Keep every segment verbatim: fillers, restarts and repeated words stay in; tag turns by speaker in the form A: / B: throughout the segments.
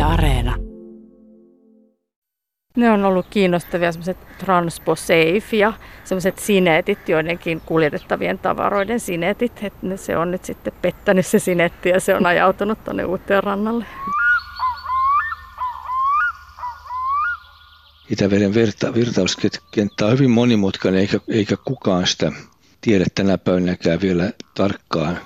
A: Areena.
B: Ne on ollut kiinnostavia sellaiset TranspoSafe ja sellaiset sineetit, joidenkin kuljetettavien tavaroiden sineetit. Että se on nyt sitten pettänyt se sinetti ja se on ajautunut tuonne Uuteen rannalle.
C: Itäveden virta, virtauskenttä on hyvin monimutkainen eikä, eikä kukaan sitä tiedä tänä päivänäkään vielä tarkkaan.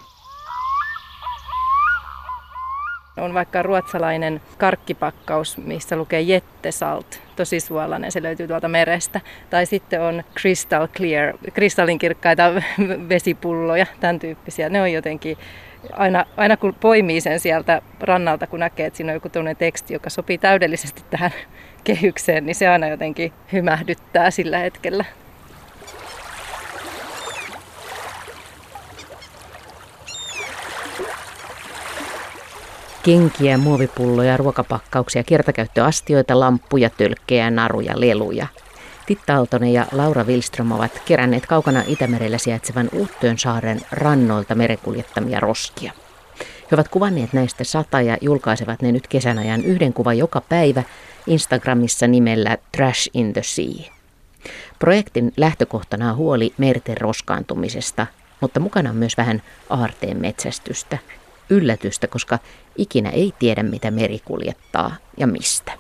D: On vaikka ruotsalainen karkkipakkaus, missä lukee Jättesalt, tosi suolainen, se löytyy tuolta merestä. Tai sitten on crystal clear, kristallinkirkkaita vesipulloja, tämän tyyppisiä. Ne on jotenkin, aina, aina kun poimii sen sieltä rannalta, kun näkee, että siinä on joku tuollainen teksti, joka sopii täydellisesti tähän kehykseen, niin se aina jotenkin hymähdyttää sillä hetkellä.
E: Kenkiä, muovipulloja, ruokapakkauksia, kertakäyttöastioita, lamppuja, tölkkejä, naruja, leluja. Titta Aaltonen ja Laura Wilström ovat keränneet kaukana Itämerellä sijaitsevan Uuttöönsaaren rannoilta merenkuljettamia roskia. He ovat kuvanneet näistä sata ja julkaisevat ne nyt kesän ajan yhden kuvan joka päivä Instagramissa nimellä Trash in the Sea. Projektin lähtökohtana on huoli merten roskaantumisesta, mutta mukana on myös vähän aarteen metsästystä. Yllätystä, koska ikinä ei tiedä, mitä meri kuljettaa ja mistä.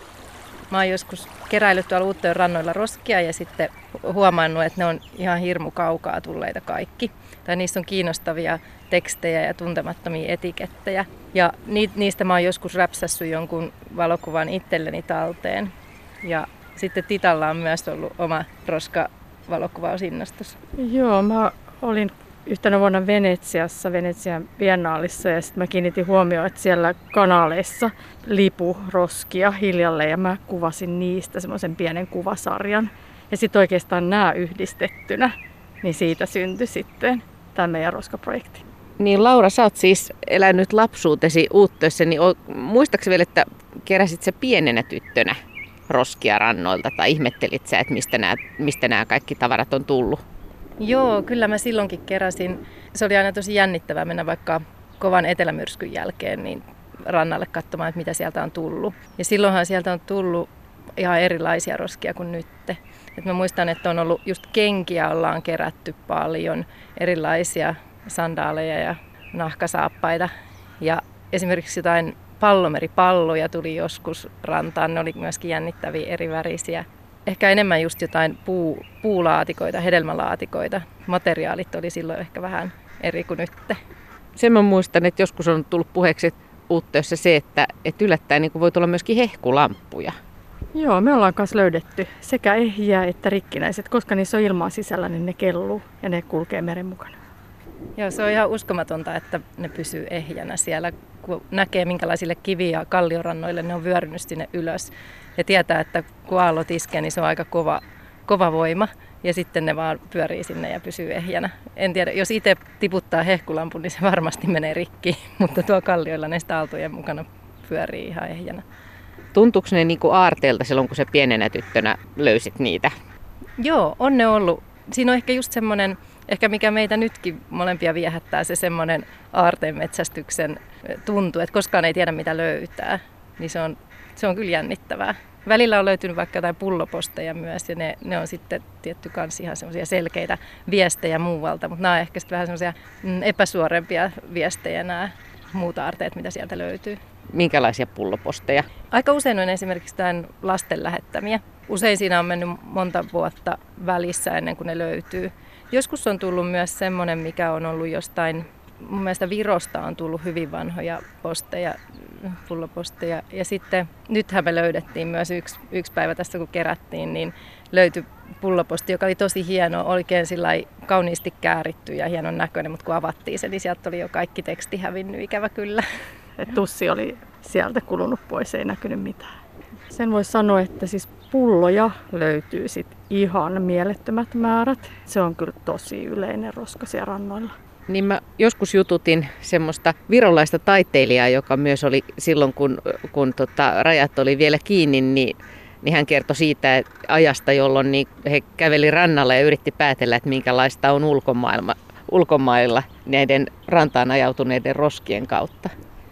D: Mä oon joskus keräillyt tuolla Uuttöön rannoilla roskia ja sitten huomannut, että ne on ihan hirmu kaukaa tulleita kaikki. Tai niissä on kiinnostavia tekstejä ja tuntemattomia etikettejä. Ja niistä mä oon joskus räpsässyt jonkun valokuvan itselleni talteen. Ja sitten Titalla on myös ollut oma roskavalokuvausinnostus.
B: Joo, mä olin yhtenä vuonna Venetsiassa, Venetsian biennaalissa, ja sitten mä kiinnitin huomioon, että siellä kanaaleissa lipu roskia hiljalleen, ja mä kuvasin niistä semmoisen pienen kuvasarjan. Ja sitten oikeastaan nämä yhdistettynä, niin siitä syntyi sitten tämä meidän roskaprojekti.
E: Niin Laura, sä oot siis elänyt lapsuutesi Uuttöössä, niin muistaakseni vielä, että keräsit sä pienenä tyttönä roskia rannoilta, tai ihmettelit sä, että mistä nämä, mistä nämä kaikki tavarat on tullut?
D: Joo, kyllä mä silloinkin keräsin. Se oli aina tosi jännittävää mennä vaikka kovan etelämyrskyn jälkeen niin rannalle katsomaan, että mitä sieltä on tullut. Ja silloinhan sieltä on tullut ihan erilaisia roskia kuin nytte. Et mä muistan, että on ollut just kenkiä ollaan kerätty paljon, erilaisia sandaaleja ja nahkasaappaita. Ja esimerkiksi jotain pallomeripalloja tuli joskus rantaan, ne oli myöskin jännittäviä eri värisiä. Ehkä enemmän just jotain puu, puulaatikoita, hedelmälaatikoita. Materiaalit oli silloin ehkä vähän eri kuin nytte.
E: Sen mä muistan, että joskus on tullut puheeksi Uuttöössä se, että, että yllättäen niin voi tulla myöskin hehkulamppuja.
B: Joo, me ollaan myös löydetty sekä ehjiä että rikkinäiset. Koska niissä on ilmaa sisällä, niin ne kelluu ja ne kulkee meren mukana.
D: Joo, se on ihan uskomatonta, että ne pysyy ehjänä siellä. Kun näkee, minkälaisille kivi- ja kalliorannoille ne on vyörynyt sinne ylös. Ja tietää, että kun aallot iskee, niin se on aika kova, kova voima. Ja sitten ne vaan pyörii sinne ja pysyy ehjänä. En tiedä, jos itse tiputtaa hehkulampun, niin se varmasti menee rikki. Mutta tuo kallioilla ne aaltojen mukana pyörii ihan ehjänä.
E: Tuntuuko ne niin kuin aarteelta silloin, kun sä pienenä tyttönä löysit niitä?
D: Joo, on ne ollut. Siinä on ehkä just semmoinen, ehkä mikä meitä nytkin molempia viehättää, se semmoinen aarteen metsästyksen tuntu, että koskaan ei tiedä mitä löytää. Niin se on, se on kyllä jännittävää. Välillä on löytynyt vaikka jotain pulloposteja myös ja ne, ne on sitten tietty kans ihan semmoisia selkeitä viestejä muualta, mutta nämä on ehkä sitten vähän semmoisia epäsuorempia viestejä nämä muut aarteet, mitä sieltä löytyy.
E: Minkälaisia pulloposteja?
D: Aika usein on esimerkiksi tämän lasten lähettämiä. Usein siinä on mennyt monta vuotta välissä ennen kuin ne löytyy. Joskus on tullut myös semmoinen, mikä on ollut jostain, mun mielestä Virosta on tullut hyvin vanhoja posteja, pulloposteja. Ja sitten nythän me löydettiin myös yksi, yksi päivä tässä kun kerättiin, niin löytyi pulloposti, joka oli tosi hieno, oikein sillai kauniisti kääritty ja hienon näköinen, mutta kun avattiin se, niin sieltä oli jo kaikki teksti hävinnyt, ikävä kyllä.
B: Et tussi oli sieltä kulunut pois, ei näkynyt mitään. Sen voisi sanoa, että siis pulloja löytyy sit ihan mielettömät määrät. Se on kyllä tosi yleinen roska siellä rannoilla.
E: Niin mä joskus jututin semmoista virolaista taiteilijaa, joka myös oli silloin, kun, kun tota, rajat oli vielä kiinni, niin, niin hän kertoi siitä ajasta, jolloin niin he käveli rannalla ja yritti päätellä, että minkälaista on ulkomaailma, ulkomailla näiden rantaan ajautuneiden roskien kautta.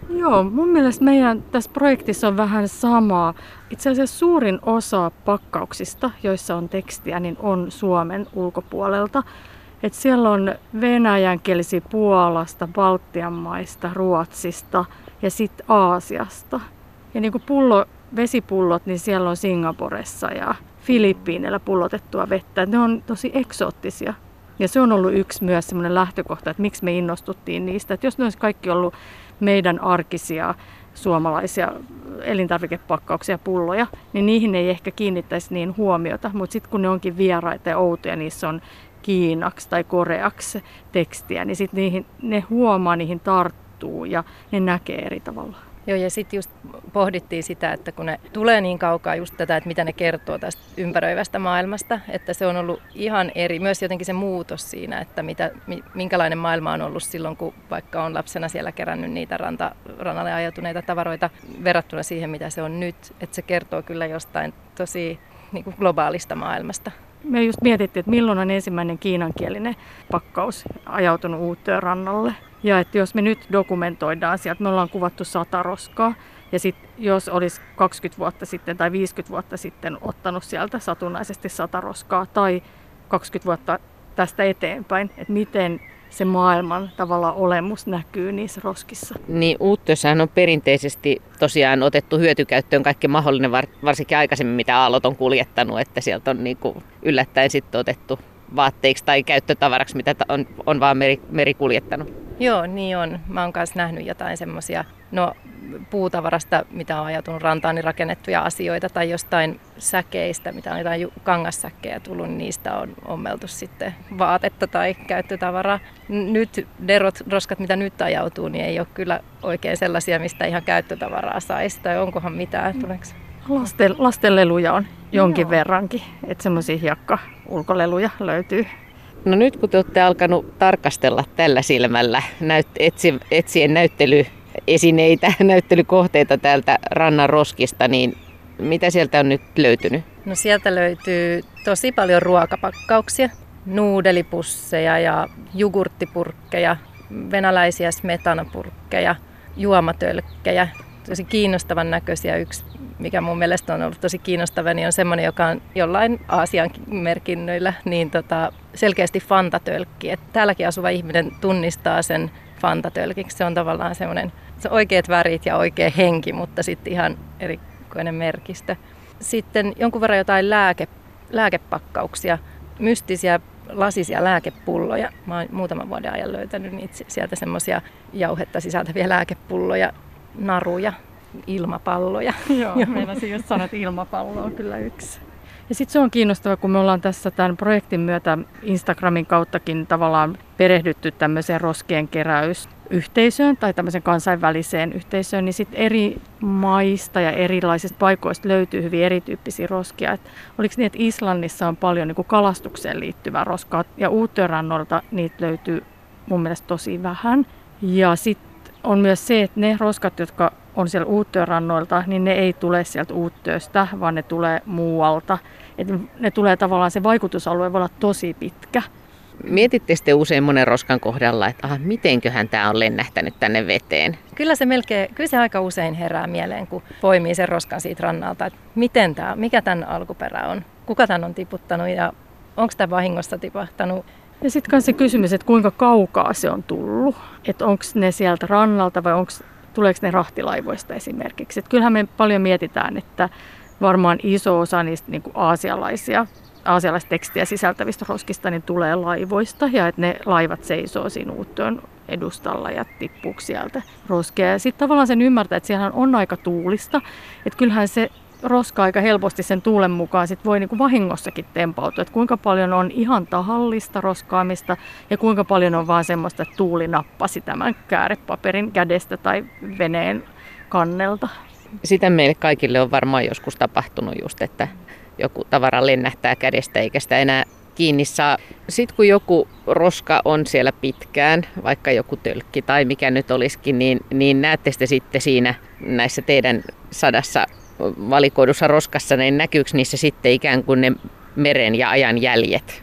B: Joo, mun mielestä meidän tässä projektissa on vähän samaa. Itse asiassa suurin osa pakkauksista, joissa on tekstiä, niin on Suomen ulkopuolelta. Et siellä on venäjänkielisiä Puolasta, Baltian maista, Ruotsista ja sitten Aasiasta. Ja niin kuin pullo, vesipullot, niin siellä on Singaporessa ja Filippiineillä pullotettua vettä. Ne on tosi eksoottisia. Ja se on ollut yksi myös semmoinen lähtökohta, että miksi me innostuttiin niistä. Että jos ne olisi kaikki ollut meidän arkisia suomalaisia elintarvikepakkauksia ja pulloja, niin niihin ei ehkä kiinnittäisi niin huomiota. Mutta sitten kun ne onkin vieraita ja outoja, niissä on kiinaksi tai koreaksi tekstiä, niin sitten ne huomaa, niihin tarttuu ja ne näkee eri tavalla.
D: Joo, ja sitten just pohdittiin sitä, että kun ne tulee niin kaukaa just tätä, että mitä ne kertoo tästä ympäröivästä maailmasta, että se on ollut ihan eri, myös jotenkin se muutos siinä, että mitä, minkälainen maailma on ollut silloin, kun vaikka on lapsena siellä kerännyt niitä ranta, rannalle ajautuneita tavaroita verrattuna siihen, mitä se on nyt, että se kertoo kyllä jostain tosi niin kuin globaalista maailmasta.
B: Me just mietittiin, että milloin on ensimmäinen kiinankielinen pakkaus ajautunut Uuttöön rannalle. Ja että jos me nyt dokumentoidaan sieltä, me ollaan kuvattu sata roskaa. Ja sitten jos olisi kaksikymmentä vuotta sitten tai viisikymmentä vuotta sitten ottanut sieltä satunnaisesti sata roskaa tai kaksikymmentä vuotta tästä eteenpäin, että miten se maailman tavallaan olemus näkyy niissä roskissa.
E: Niin Uuttössähän on perinteisesti tosiaan otettu hyötykäyttöön kaikki mahdollinen, varsinkin aikaisemmin mitä aallot on kuljettanut, että sieltä on niin kuin yllättäen sitten otettu vaatteiksi tai käyttötavaraksi, mitä on, on vaan meri, meri kuljettanut.
D: Joo, niin on. Mä oon kanssa nähnyt jotain semmoisia no, puutavarasta, mitä on ajatunut rantaan, niin rakennettuja asioita tai jostain säkeistä, mitä on jotain kangassäkkejä tullut, niin niistä on ommeltu sitten vaatetta tai käyttötavaraa. Nyt ne roskat, mitä nyt ajautuu, niin ei ole kyllä oikein sellaisia, mistä ihan käyttötavaraa saisi. Tai onkohan mitään?
B: Lasten, lastenleluja on jonkin Joo. verrankin, että semmoisia hiekka-ulkoleluja löytyy.
E: No nyt kun te olette alkanut tarkastella tällä silmällä näyt, etsi, etsien näyttelyesineitä, näyttelykohteita täältä rannan roskista, niin mitä sieltä on nyt löytynyt?
D: No sieltä löytyy tosi paljon ruokapakkauksia, nuudelipusseja ja jogurttipurkkeja, venäläisiä smetanapurkkeja, juomatölkkejä, tosi kiinnostavan näköisiä. Yksi, mikä mun mielestä on ollut tosi kiinnostava, niin on semmoinen, joka on jollain Aasian merkinnöillä niin tota, selkeästi fantatölkki. Et täälläkin asuva ihminen tunnistaa sen fantatölkiksi. Se on tavallaan semmoinen se oikeat värit ja oikea henki, mutta sitten ihan erikoinen merkistö. Sitten jonkun verran jotain lääke, lääkepakkauksia, mystisiä lasisia lääkepulloja. Mä oon muutaman vuoden ajan löytänyt niitä, sieltä semmoisia jauhetta sisältäviä lääkepulloja, naruja, ilmapalloja.
B: Joo, meinasin just sanoa, että ilmapallo on kyllä yksi. Ja sitten se on kiinnostava, kun me ollaan tässä tämän projektin myötä Instagramin kauttakin tavallaan perehdytty tämmöiseen roskien keräysyhteisöön tai tämmöiseen kansainväliseen yhteisöön, niin sitten eri maista ja erilaisista paikoista löytyy hyvin erityyppisiä roskia. Et oliko niin, että Islannissa on paljon niin kuin kalastukseen liittyvää roskaa ja Uuttöön rannoilta niitä löytyy mun mielestä tosi vähän. Ja sitten on myös se, että ne roskat, jotka on siellä Uuttöön rannoilta, niin ne ei tule sieltä Uuttööstä, vaan ne tulee muualta. Et ne tulee tavallaan, se vaikutusalue voi olla tosi pitkä.
E: Mietitte sitten usein monen roskan kohdalla, että aha, mitenköhän tämä on lennähtänyt tänne veteen?
D: Kyllä se, melkein, kyllä se aika usein herää mieleen, kun poimii sen roskan siitä rannalta, että miten tämä, mikä tämän alkuperä on, kuka tämän on tiputtanut ja onko tämä vahingossa tipahtanut.
B: Ja sitten myös se kysymys, että kuinka kaukaa se on tullut, että onko ne sieltä rannalta vai onko, tuleeko ne rahtilaivoista esimerkiksi. Et kyllähän me paljon mietitään, että varmaan iso osa niistä niin kuin aasialaisia, aasialaista tekstiä sisältävistä roskista niin tulee laivoista ja että ne laivat seisoo siinä Uuttöön edustalla ja tippuu sieltä roskia. Ja sitten tavallaan sen ymmärtää, että siellä on aika tuulista, että kyllähän se roska aika helposti sen tuulen mukaan sit voi niinku vahingossakin tempautua, että kuinka paljon on ihan tahallista roskaamista ja kuinka paljon on vaan semmoista, että tuuli nappasi tämän käärepaperin kädestä tai veneen kannelta.
E: Sitä meille kaikille on varmaan joskus tapahtunut just, että joku tavara lennähtää kädestä eikä sitä enää kiinni saa. Sitten kun joku roska on siellä pitkään, vaikka joku tölkki tai mikä nyt olisikin, niin, niin näette te sitten siinä näissä teidän sadassa valikoidussa roskassa, niin näkyykö niissä sitten ikään kuin ne meren ja ajan jäljet?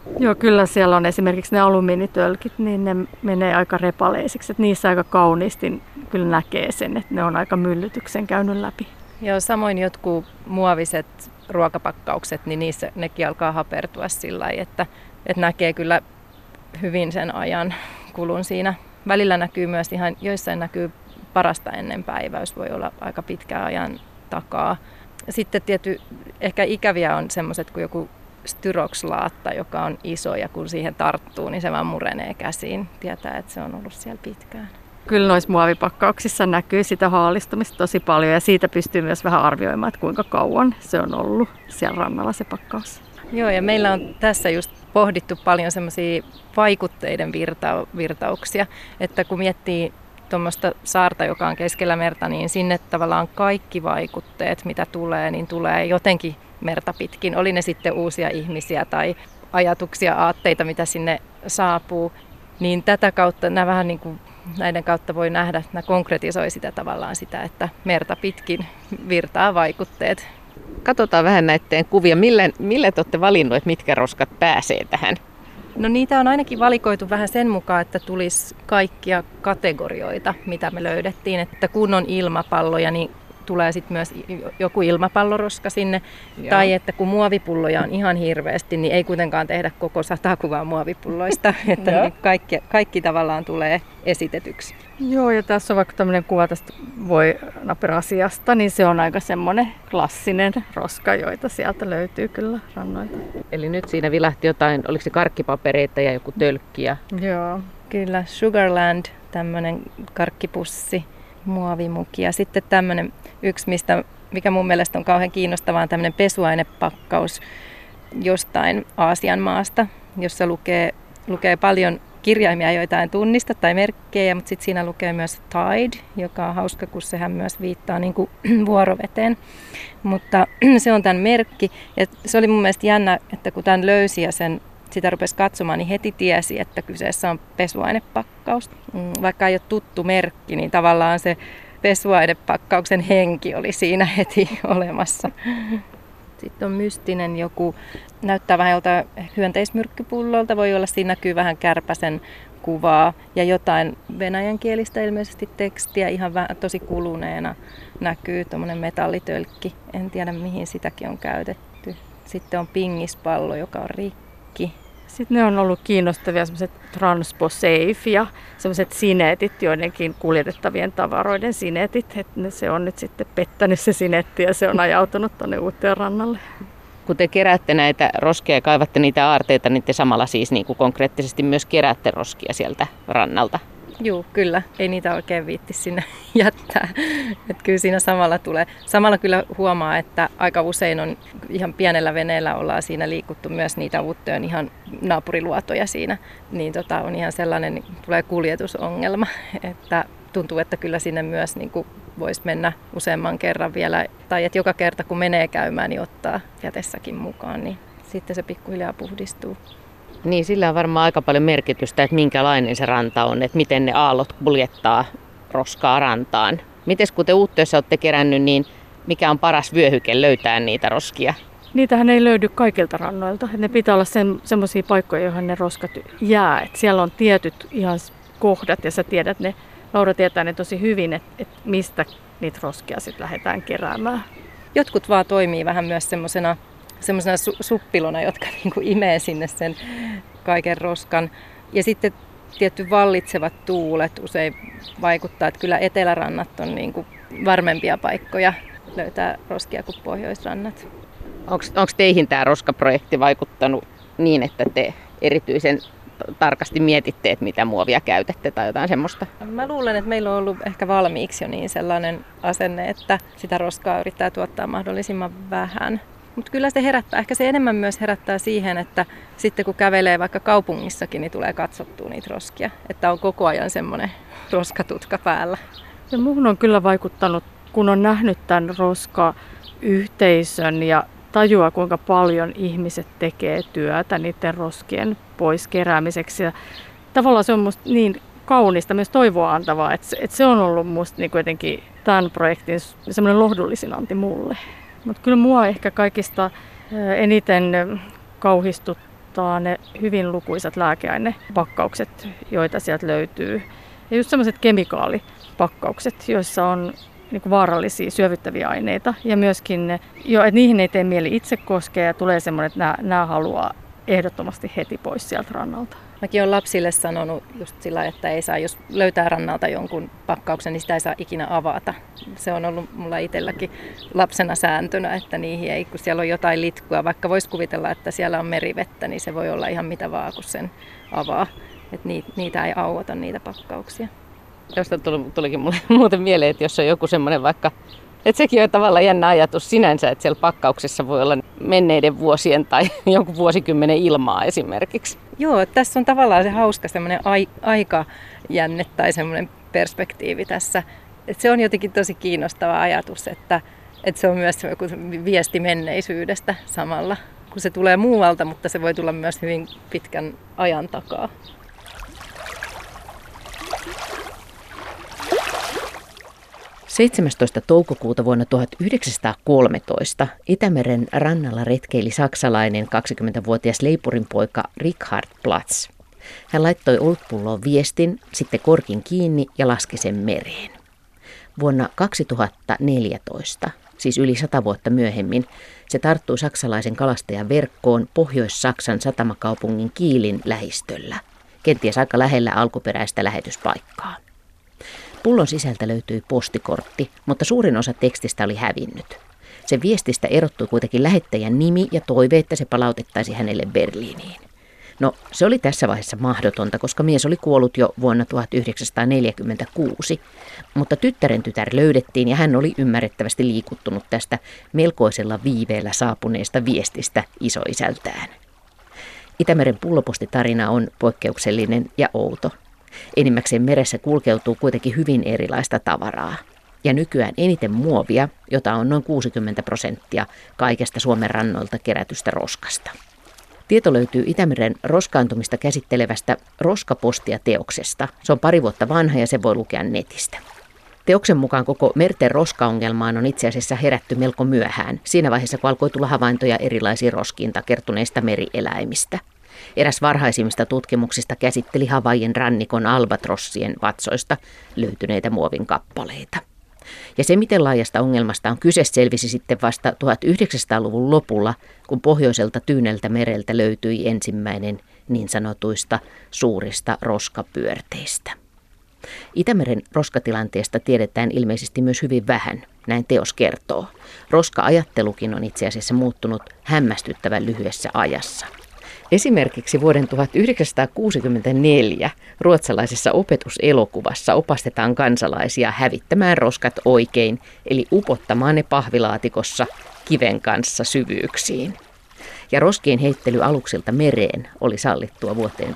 B: Joo, kyllä siellä on esimerkiksi ne alumiinitölkit, niin ne menee aika repaleisiksi. Että niissä aika kauniisti kyllä näkee sen, että ne on aika myllytyksen käynyt läpi.
D: Joo, samoin jotkut muoviset ruokapakkaukset, niin niissä nekin alkaa hapertua sillä lailla, että, että näkee kyllä hyvin sen ajan kulun siinä. Välillä näkyy myös ihan, joissain näkyy parasta ennen päiväys, voi olla aika pitkän ajan takaa. Sitten tietty, ehkä ikäviä on semmoiset kuin joku styrokslaatta, joka on iso ja kun siihen tarttuu, niin se vaan murenee käsiin. Tietää, että se on ollut siellä pitkään.
B: Kyllä noissa muovipakkauksissa näkyy sitä haalistumista tosi paljon ja siitä pystyy myös vähän arvioimaan, että kuinka kauan se on ollut siellä rannalla se pakkaus.
D: Joo, ja meillä on tässä just pohdittu paljon semmoisia vaikutteiden virta- virtauksia, että kun miettii tuommoista saarta, joka on keskellä merta, niin sinne tavallaan kaikki vaikutteet, mitä tulee, niin tulee jotenkin merta pitkin. Oli ne sitten uusia ihmisiä tai ajatuksia, aatteita, mitä sinne saapuu, niin tätä kautta nämä vähän niin kuin näiden kautta voi nähdä, että nämä konkretisoi sitä tavallaan sitä, että merta pitkin virtaa vaikutteet.
E: Katsotaan vähän näiden kuvia. Millä, millä te olette valinnut, että mitkä roskat pääsee tähän?
D: No niitä on ainakin valikoitu vähän sen mukaan, että tulisi kaikkia kategorioita, mitä me löydettiin. Että kun on ilmapalloja, niin tulee sitten myös joku ilmapalloroska sinne. Joo. Tai että kun muovipulloja on ihan hirveästi, niin ei kuitenkaan tehdä koko sata kuvaa muovipulloista. Että kaikki, kaikki tavallaan tulee esitetyksi.
B: Joo, ja tässä on vaikka tämmöinen kuva tästä voinaperasiasta, niin se on aika semmoinen klassinen roska, joita sieltä löytyy kyllä rannoilta.
E: Eli nyt siinä vilahti jotain, oliko se karkkipapereita ja joku tölkki? Ja...
B: Joo.
D: Kyllä, Sugarland, tämmöinen karkkipussi, muovimuki ja sitten tämmöinen yksi, mistä, mikä mun mielestä on kauhean kiinnostavaa, on tämmöinen pesuainepakkaus jostain Aasian maasta, jossa lukee, lukee paljon kirjaimia, joita en tunnista tai merkkejä, mutta sitten siinä lukee myös Tide, joka on hauska, kun sehän myös viittaa niin kuin vuoroveteen. Mutta se on tämän merkki ja se oli mun mielestä jännä, että kun tämän löysi ja sen sitä rupesi katsomaan, niin heti tiesi, että kyseessä on pesuainepakkaus. Vaikka ei ole tuttu merkki, niin tavallaan se pesuainepakkauksen henki oli siinä heti olemassa. Sitten on mystinen joku, näyttää vähän joltain hyönteismyrkkypullolta, voi olla, siinä näkyy vähän kärpäsen kuvaa ja jotain venäjänkielistä ilmeisesti tekstiä, ihan vähän, tosi kuluneena näkyy tuommoinen metallitölkki, en tiedä mihin sitäkin on käytetty. Sitten on pingispallo, joka on rikki.
B: Sitten ne on ollut kiinnostavia semmoiset TranspoSafe ja semmoiset sineetit, joidenkin kuljetettavien tavaroiden sineetit. Että se on nyt sitten pettänyt se sineetti ja se on ajautunut tuonne Uuteen rannalle.
E: Kun te keräätte näitä roskia ja kaivatte niitä aarteita, niin te samalla siis niin kuin konkreettisesti myös keräätte roskia sieltä rannalta.
D: Joo, kyllä. Ei niitä oikein viitti sinne jättää. Että kyllä siinä samalla tulee. Samalla kyllä huomaa, että aika usein on ihan pienellä veneellä ollaan siinä liikuttu myös niitä uuttöön ihan naapuriluotoja siinä. Niin tota, on ihan sellainen, niin tulee kuljetusongelma, että tuntuu, että kyllä sinne myös niin kuin voisi mennä useamman kerran vielä. Tai että joka kerta kun menee käymään, niin ottaa jätessäkin mukaan, niin sitten se pikkuhiljaa puhdistuu.
E: Niin, sillä on varmaan aika paljon merkitystä, että minkälainen se ranta on, että miten ne aallot kuljettaa roskaa rantaan. Mites kun te Uuttöössä olette kerännyt, niin mikä on paras vyöhyke löytää niitä roskia?
B: Niitähän ei löydy kaikilta rannoilta. Ne pitää olla semmoisia paikkoja, joihin ne roskat jää. Et siellä on tietyt ihan kohdat ja sä tiedät ne, Laura tietää ne tosi hyvin, että et mistä niitä roskia sitten lähdetään keräämään.
D: Jotkut vaan toimii vähän myös semmoisena semmoisena su- suppilona, jotka niinku imee sinne sen kaiken roskan. Ja sitten tietty vallitsevat tuulet usein vaikuttaa, että kyllä etelärannat on niinku varmempia paikkoja löytää roskia kuin pohjoisrannat.
E: Onko teihin tämä roskaprojekti vaikuttanut niin, että te erityisen tarkasti mietitte, että mitä muovia käytätte tai jotain semmoista?
D: Mä luulen, että meillä on ollut ehkä valmiiksi jo niin sellainen asenne, että sitä roskaa yrittää tuottaa mahdollisimman vähän. Mutta kyllä se herättää, ehkä se enemmän myös herättää siihen, että sitten kun kävelee vaikka kaupungissakin, niin tulee katsottua niitä roskia. Että on koko ajan semmoinen roskatutka päällä.
B: Ja muuhun on kyllä vaikuttanut, kun on nähnyt tämän roskayhteisön ja tajua, kuinka paljon ihmiset tekee työtä niiden roskien pois keräämiseksi. Ja tavallaan se on musta niin kaunista, myös toivoa antavaa, että se on ollut musta niin jotenkin tämän projektin semmoinen lohdullisin anti mulle. Mutta kyllä mua ehkä kaikista eniten kauhistuttaa tota, ne hyvin lukuisat lääkeainepakkaukset, joita sieltä löytyy. Ja just sellaiset kemikaalipakkaukset, joissa on niin kuin vaarallisia syövyttäviä aineita. Ja myöskin ne, jo, että niihin ei tee mieli itse koskea ja tulee semmoinen, että nämä, nämä haluaa ehdottomasti heti pois sieltä rannalta.
D: Mäkin olen lapsille sanonut just sillä, että ei saa, jos löytää rannalta jonkun pakkauksen, niin sitä ei saa ikinä avata. Se on ollut mulla itselläkin lapsena sääntönä, että niihin ei, kun siellä on jotain litkua, vaikka voisi kuvitella, että siellä on merivettä, niin se voi olla ihan mitä vaan, kun sen avaa. Että niitä ei auota, niitä pakkauksia.
E: Josta tulikin mulle muuten mieleen, että jos on joku semmoinen vaikka, että sekin on tavallaan jännä ajatus sinänsä, että siellä pakkauksessa voi olla menneiden vuosien tai jonkun vuosikymmenen ilmaa esimerkiksi.
D: Joo, tässä on tavallaan se hauska semmoinen ai- aikajänne tai semmoinen perspektiivi tässä. Että se on jotenkin tosi kiinnostava ajatus, että, että se on myös joku viesti menneisyydestä samalla, kun se tulee muualta, mutta se voi tulla myös hyvin pitkän ajan takaa.
E: seitsemästoista toukokuuta vuonna tuhatyhdeksänsataakolmetoista Itämeren rannalla retkeili saksalainen kaksikymmentävuotias leipurinpoika Richard Platz. Hän laittoi olutpulloon viestin, sitten korkin kiinni ja laski sen mereen. Vuonna kaksituhattaneljätoista, siis yli sata vuotta myöhemmin, se tarttui saksalaisen kalastajan verkkoon Pohjois-Saksan satamakaupungin Kielin lähistöllä, kenties aika lähellä alkuperäistä lähetyspaikkaa. Pullon sisältä löytyi postikortti, mutta suurin osa tekstistä oli hävinnyt. Sen viestistä erottui kuitenkin lähettäjän nimi ja toive, että se palautettaisiin hänelle Berliiniin. No, se oli tässä vaiheessa mahdotonta, koska mies oli kuollut jo vuonna tuhatyhdeksänsataaneljäkymmentäkuusi, mutta tyttären tytär löydettiin ja hän oli ymmärrettävästi liikuttunut tästä melkoisella viiveellä saapuneesta viestistä isoisältään. Itämeren pullopostitarina on poikkeuksellinen ja outo. Enimmäkseen meressä kulkeutuu kuitenkin hyvin erilaista tavaraa. Ja nykyään eniten muovia, jota on noin kuusikymmentä prosenttia kaikesta Suomen rannoilta kerätystä roskasta. Tieto löytyy Itämeren roskaantumista käsittelevästä Roskapostia-teoksesta. Se on pari vuotta vanha ja se voi lukea netistä. Teoksen mukaan koko merten roskaongelmaan on itse asiassa herätty melko myöhään, siinä vaiheessa kun alkoi tulla havaintoja erilaisiin roskiin takertuneista merieläimistä. Eräs varhaisimmista tutkimuksista käsitteli Havaijin rannikon albatrossien vatsoista löytyneitä muovin kappaleita. Ja se, miten laajasta ongelmasta on kyse, selvisi sitten vasta tuhatyhdeksänsataaluvun lopulla, kun pohjoiselta Tyyneltä mereltä löytyi ensimmäinen niin sanotuista suurista roskapyörteistä. Itämeren roskatilanteesta tiedetään ilmeisesti myös hyvin vähän, näin teos kertoo. Roska-ajattelukin on itse asiassa muuttunut hämmästyttävän lyhyessä ajassa. Esimerkiksi vuoden tuhatyhdeksänsataakuusikymmentäneljä ruotsalaisessa opetuselokuvassa opastetaan kansalaisia hävittämään roskat oikein, eli upottamaan ne pahvilaatikossa kiven kanssa syvyyksiin. Ja roskien heittely aluksilta mereen oli sallittua vuoteen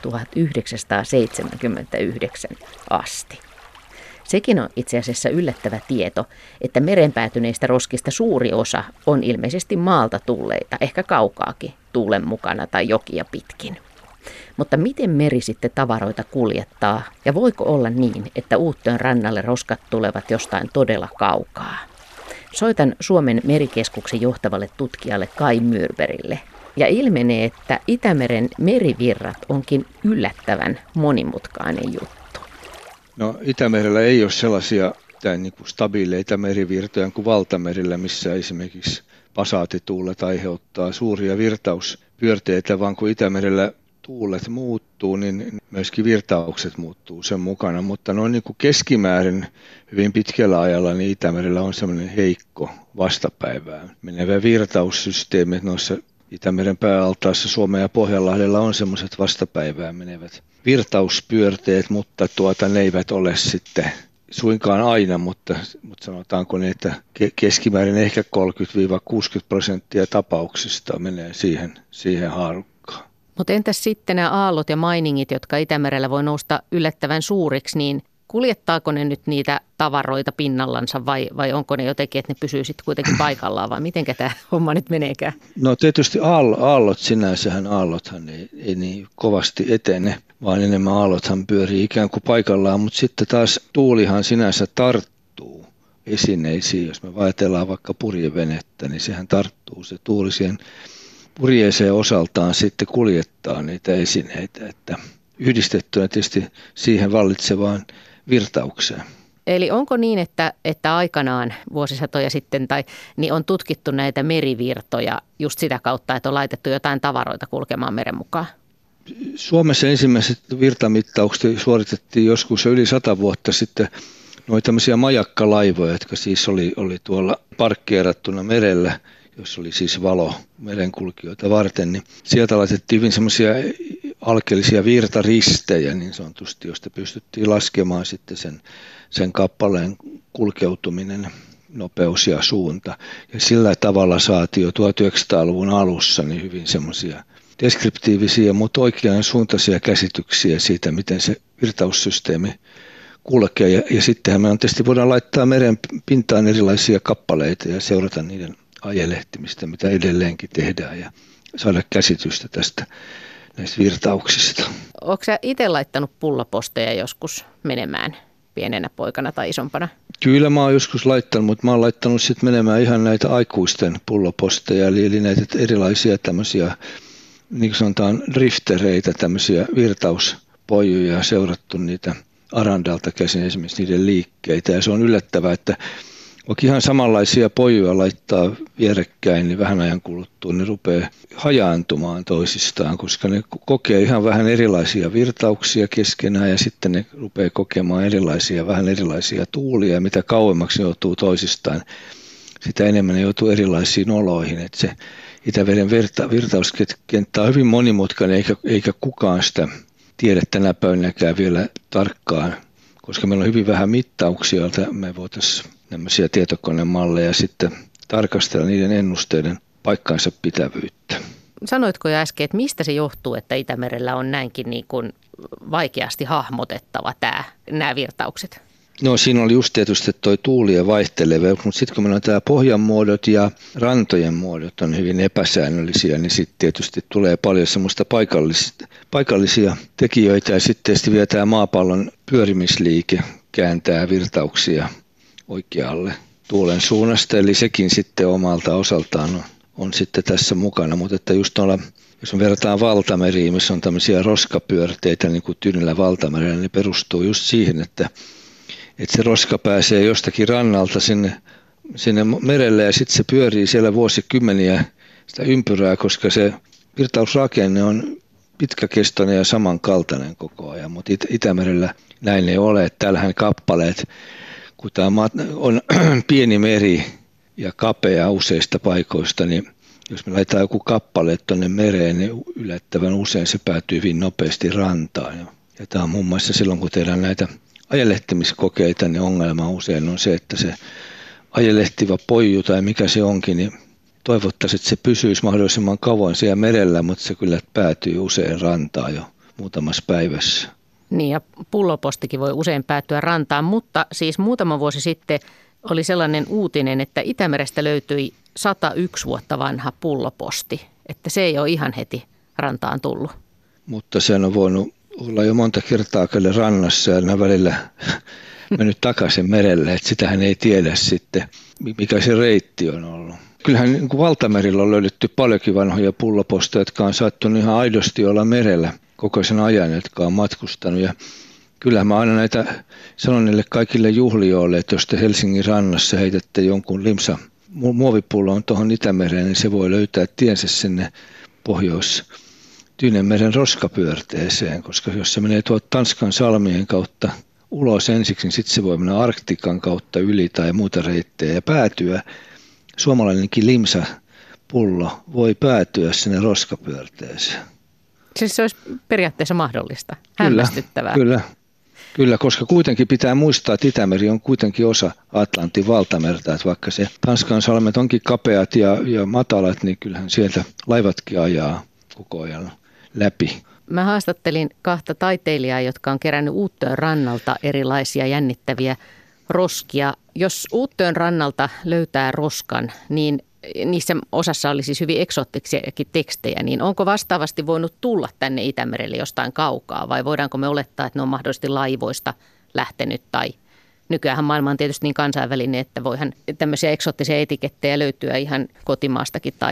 E: tuhatyhdeksänsataaseitsemänkymmentäyhdeksän asti. Sekin on itse asiassa yllättävä tieto, että mereen päätyneistä roskista suuri osa on ilmeisesti maalta tulleita, ehkä kaukaakin tuulen mukana tai jokia pitkin. Mutta miten meri sitten tavaroita kuljettaa ja voiko olla niin, että Uuttöön rannalle roskat tulevat jostain todella kaukaa? Soitan Suomen merikeskuksen johtavalle tutkijalle Kai Myrbergille ja ilmenee, että Itämeren merivirrat onkin yllättävän monimutkainen juttu.
C: No, Itämerellä ei ole sellaisia niin kuin stabiileita merivirtoja kuin valtamerillä, missä esimerkiksi pasaatituulet aiheuttaa suuria virtauspyörteitä, vaan kun Itämerellä tuulet muuttuu, niin myöskin virtaukset muuttuu sen mukana. Mutta noin niin kuin keskimäärin hyvin pitkällä ajalla niin Itämerellä on sellainen heikko vastapäivään menevä virtaussysteemi. Noissa Itämeren pääaltaassa Suomen ja Pohjanlahdella on semmoiset vastapäivään menevät virtauspyörteet, mutta tuota, ne eivät ole sitten suinkaan aina, mutta, mutta sanotaanko ne, että keskimäärin ehkä kolmekymmentä kuusikymmentä prosenttia tapauksista menee siihen, siihen haarukkaan.
E: Mutta entäs sitten nämä aallot ja mainingit, jotka Itämerellä voi nousta yllättävän suuriksi, niin kuljettaako ne nyt niitä tavaroita pinnallansa vai, vai onko ne jotenkin, että ne pysyy sitten kuitenkin paikallaan vai mitenkä tämä homma nyt meneekään?
C: No tietysti aallot sinänsähän, aallothan ei, ei niin kovasti etene, vaan enemmän aallothan pyörii ikään kuin paikallaan, mutta sitten taas tuulihan sinänsä tarttuu esineisiin. Jos me ajatellaan vaikka purjevenettä, niin sehän tarttuu se tuuli siihen purjeeseen osaltaan sitten kuljettaa niitä esineitä, että yhdistettynä tietysti siihen vallitsevaan virtaukseen.
E: Eli onko niin, että, että aikanaan vuosisatoja sitten tai, niin on tutkittu näitä merivirtoja just sitä kautta, että on laitettu jotain tavaroita kulkemaan meren mukaan?
C: Suomessa ensimmäiset virtamittaukset suoritettiin joskus yli sata vuotta sitten. Noita tämmöisiä majakkalaivoja, jotka siis oli, oli tuolla parkkeerattuna merellä, jos oli siis valo merenkulkijoita varten, niin sieltä laitettiin hyvin semmoisia alkeellisia virtaristejä niin sanotusti, josta pystyttiin laskemaan sitten sen, sen kappaleen kulkeutuminen, nopeus ja suunta. Ja sillä tavalla saatiin jo tuhatyhdeksänsataaluvun alussa niin hyvin semmoisia deskriptiivisiä, mutta oikean suuntaisia käsityksiä siitä, miten se virtaussysteemi kulkee. Ja, ja sittenhän me on tietysti voidaan laittaa meren pintaan erilaisia kappaleita ja seurata niiden ajelehtimistä, mitä edelleenkin tehdään ja saada käsitystä tästä näistä virtauksista.
E: Oletko sä itse laittanut pulloposteja joskus menemään pienenä poikana tai isompana?
C: Kyllä mä oon joskus laittanut, mutta mä oon laittanut sitten menemään ihan näitä aikuisten pulloposteja, eli, eli näitä erilaisia tämmöisiä, niin kuin sanotaan, driftereitä, tämmöisiä virtauspojuja ja seurattu niitä Arandalta käsin esimerkiksi niiden liikkeitä. Ja se on yllättävää, että vaikka ihan samanlaisia pojuja laittaa vierekkäin, niin vähän ajan kuluttua ne rupeaa hajaantumaan toisistaan, koska ne kokee ihan vähän erilaisia virtauksia keskenään ja sitten ne rupeaa kokemaan erilaisia, vähän erilaisia tuulia. Ja mitä kauemmaksi ne joutuu toisistaan, sitä enemmän ne joutuu erilaisiin oloihin. Että se Itämeren virta, virtauskenttä on hyvin monimutkainen, eikä, eikä kukaan sitä tiedä tänä päivänäkään vielä tarkkaan, koska meillä on hyvin vähän mittauksia, joilta me voitaisiin nämmöisiä tietokonemalleja sitten tarkastella niiden ennusteiden paikkansa pitävyyttä.
E: Sanoitko jo äsken, että mistä se johtuu, että Itämerellä on näinkin niin kuin vaikeasti hahmotettava tämä, nämä virtaukset?
C: No siinä oli just tietysti tuo tuulien vaihteleva, mutta sitten kun meillä on tämä pohjan muodot ja rantojen muodot on hyvin epäsäännöllisiä, niin sitten tietysti tulee paljon semmoista paikallisia, paikallisia tekijöitä ja sitten tietysti vielä tämä maapallon pyörimisliike kääntää virtauksia oikealle tuulen suunnasta, eli sekin sitten omalta osaltaan on, on sitten tässä mukana, mutta että just tuolla, jos me verrataan valtameriin, missä on tämmöisiä roskapyörteitä niin kuin Tyynellä valtamerellä, niin perustuu just siihen, että että se roska pääsee jostakin rannalta sinne, sinne merelle ja sitten se pyörii siellä vuosikymmeniä sitä ympyrää, koska se virtausrakenne on pitkäkestoinen ja samankaltainen koko ajan, mutta It- Itämerellä näin ei ole. Täällähän kappaleet, kun tämä on pieni meri ja kapea useista paikoista, niin jos me laitetaan joku kappale tuonne mereen, niin yllättävän usein se päätyy hyvin nopeasti rantaan. Ja tämä on muun muassa silloin, kun tehdään näitä ajelehtimiskokeita, niin ongelma usein on se, että se ajelehtiva poiju tai mikä se onkin, niin toivottaisiin, että se pysyisi mahdollisimman kauan siellä merellä, mutta se kyllä päätyy usein rantaan jo muutamassa päivässä.
E: Niin ja pullopostikin voi usein päätyä rantaan, mutta siis muutama vuosi sitten oli sellainen uutinen, että Itämerestä löytyi sata yksi vuotta vanha pulloposti, että se ei ole ihan heti rantaan tullut.
C: Mutta se on voinut olla jo monta kertaa kyllä rannassa ja nämä välillä mennyt takaisin merelle, että sitähän ei tiedä sitten, mikä se reitti on ollut. Kyllähän niin kuin valtamerillä on löydetty paljonkin vanhoja pulloposteja, jotka on saattanut ihan aidosti olla merellä koko sen ajan, jotka on matkustanut. Ja kyllähän mä aina näitä sanon niille kaikille juhlijoille, että jos te Helsingin rannassa heitätte jonkun limsa muovipullon tuohon Itämereen, niin se voi löytää tiensä sinne pohjois Tyynenmeren roskapyörteeseen, koska jos se menee tuolta Tanskan salmien kautta ulos ensiksi, niin sitten se voi mennä Arktikan kautta yli tai muuta reittejä ja päätyä. Suomalainenkin limsapullo voi päätyä sinne roskapyörteeseen.
E: Siis se olisi periaatteessa mahdollista, hämmästyttävää.
C: Kyllä, kyllä, kyllä, koska kuitenkin pitää muistaa, että Itämeri on kuitenkin osa Atlantin valtamerta, että vaikka se Tanskan salmet onkin kapeat ja, ja matalat, niin kyllähän sieltä laivatkin ajaa koko ajan läpi.
E: Mä haastattelin kahta taiteilijaa, jotka on kerännyt Uuttöön rannalta erilaisia jännittäviä roskia. Jos Uuttöön rannalta löytää roskan, niin niissä osassa oli siis hyvin eksoottisiakin tekstejä, niin onko vastaavasti voinut tulla tänne Itämerelle jostain kaukaa vai voidaanko me olettaa, että ne on mahdollisesti laivoista lähtenyt tai nykyäänhän maailma on tietysti niin kansainvälinen, että voihan tämmöisiä eksoottisia etikettejä löytyä ihan kotimaastakin tai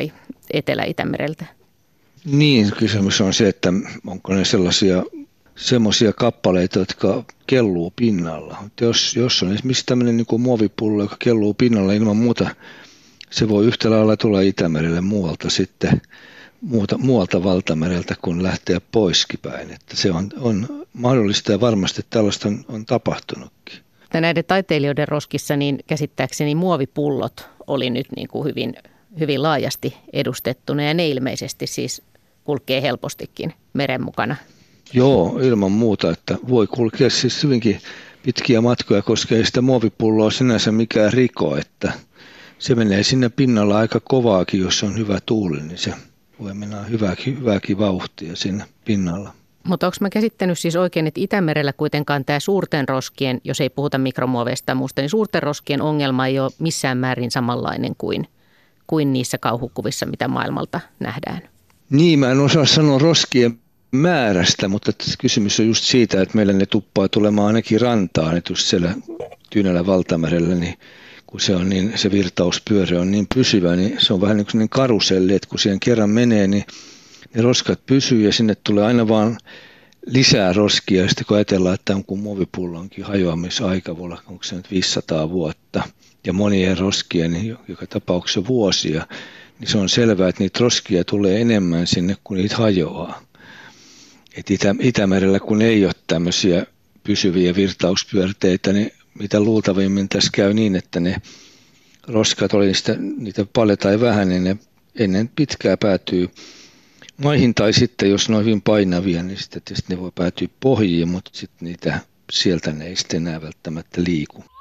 E: Etelä-Itämereltä?
C: Niin, kysymys on se, että onko ne sellaisia semmoisia kappaleita, jotka kelluu pinnalla. Jos, jos on esimerkiksi tämmöinen niin kuin muovipullo, joka kelluu pinnalla ilman muuta, se voi yhtä lailla tulla Itämerelle muualta sitten, muuta, muualta valtamereltä, kun lähteä poiskipäin. Että se on, on mahdollista ja varmasti tällaista on, on tapahtunutkin.
E: Näiden taiteilijoiden roskissa niin käsittääkseni muovipullot oli nyt niin kuin hyvin, hyvin laajasti edustettuna ja ne ilmeisesti siis kulkee helpostikin meren mukana.
C: Joo, ilman muuta, että voi kulkea siis hyvinkin pitkiä matkoja, koska ei sitä muovipulloa sinänsä mikään riko, että se menee sinne pinnalla aika kovaakin, jos on hyvä tuuli, niin se voi mennä hyvääkin, hyvääkin vauhtia sinne pinnalla.
E: Mutta onko mä käsittänyt siis oikein, että Itämerellä kuitenkaan tämä suurten roskien, jos ei puhuta mikromuoveista tai muusta, niin suurten roskien ongelma ei ole missään määrin samanlainen kuin, kuin niissä kauhukuvissa, mitä maailmalta nähdään?
C: Niin, mä en osaa sanoa roskien määrästä, mutta kysymys on just siitä, että meillä ne tuppaa tulemaan ainakin rantaan, että just siellä Tyynellä valtamerellä, niin kun se, on niin, se virtauspyörä on niin pysyvä, niin se on vähän niin kuin karuselli, että kun siihen kerran menee, niin ne roskat pysyy ja sinne tulee aina vaan lisää roskia. Ja sitten kun ajatellaan, että on kuin muovipullonkin hajoamisaika, voi olla, onko se nyt viisisataa vuotta ja monien roskien, niin joka tapauksessa vuosia, niin se on selvää, että niitä roskia tulee enemmän sinne, kun niitä hajoaa. Et Itä, Itämerellä, kun ei ole tämmöisiä pysyviä virtauspyörteitä, niin mitä luultavimmin tässä käy niin, että ne roskat, oli niistä, niitä paljon tai vähän, niin ne ennen pitkää päätyy maihin, tai sitten jos ne on hyvin painavia, niin sitten ne voi päätyä pohjiin, mutta sitten niitä sieltä ne ei sitten enää välttämättä liiku.